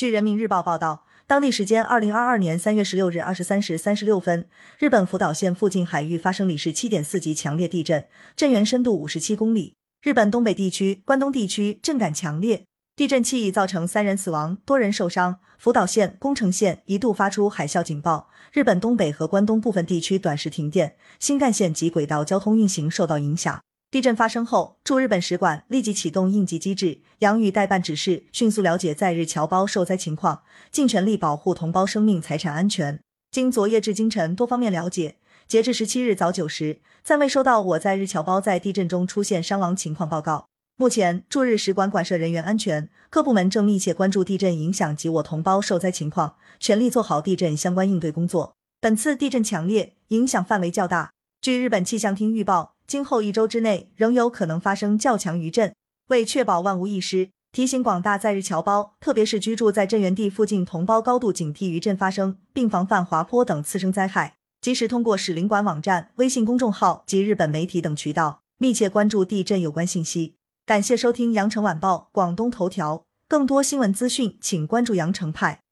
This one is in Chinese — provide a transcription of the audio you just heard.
据人民日报报道，当地时间2022年3月16日23时36分，日本福岛县附近海域发生里氏7.4级强烈地震，震源深度57公里。日本东北地区、关东地区震感强烈，地震气已造成3人死亡，多人受伤。福岛县、宫城县一度发出海啸警报，日本东北和关东部分地区短时停电，新干线及轨道交通运行受到影响。地震发生后，驻日本使馆立即启动应急机制，杨宇代办指示，迅速了解在日侨胞受灾情况，尽全力保护同胞生命财产安全。经昨夜至今晨多方面了解，截至17日早9时，暂未收到我在日侨胞在地震中出现伤亡情况报告。目前，驻日使馆馆舍人员安全，各部门正密切关注地震影响及我同胞受灾情况，全力做好地震相关应对工作。本次地震强烈，影响范围较大。据日本气象厅预报，今后1周之内仍有可能发生较强余震。为确保万无一失，提醒广大在日侨胞，特别是居住在震源地附近同胞高度警惕余震发生，并防范滑坡等次生灾害，及时通过使领馆网站、微信公众号及日本媒体等渠道密切关注地震有关信息。感谢收听羊城晚报广东头条，更多新闻资讯请关注羊城派。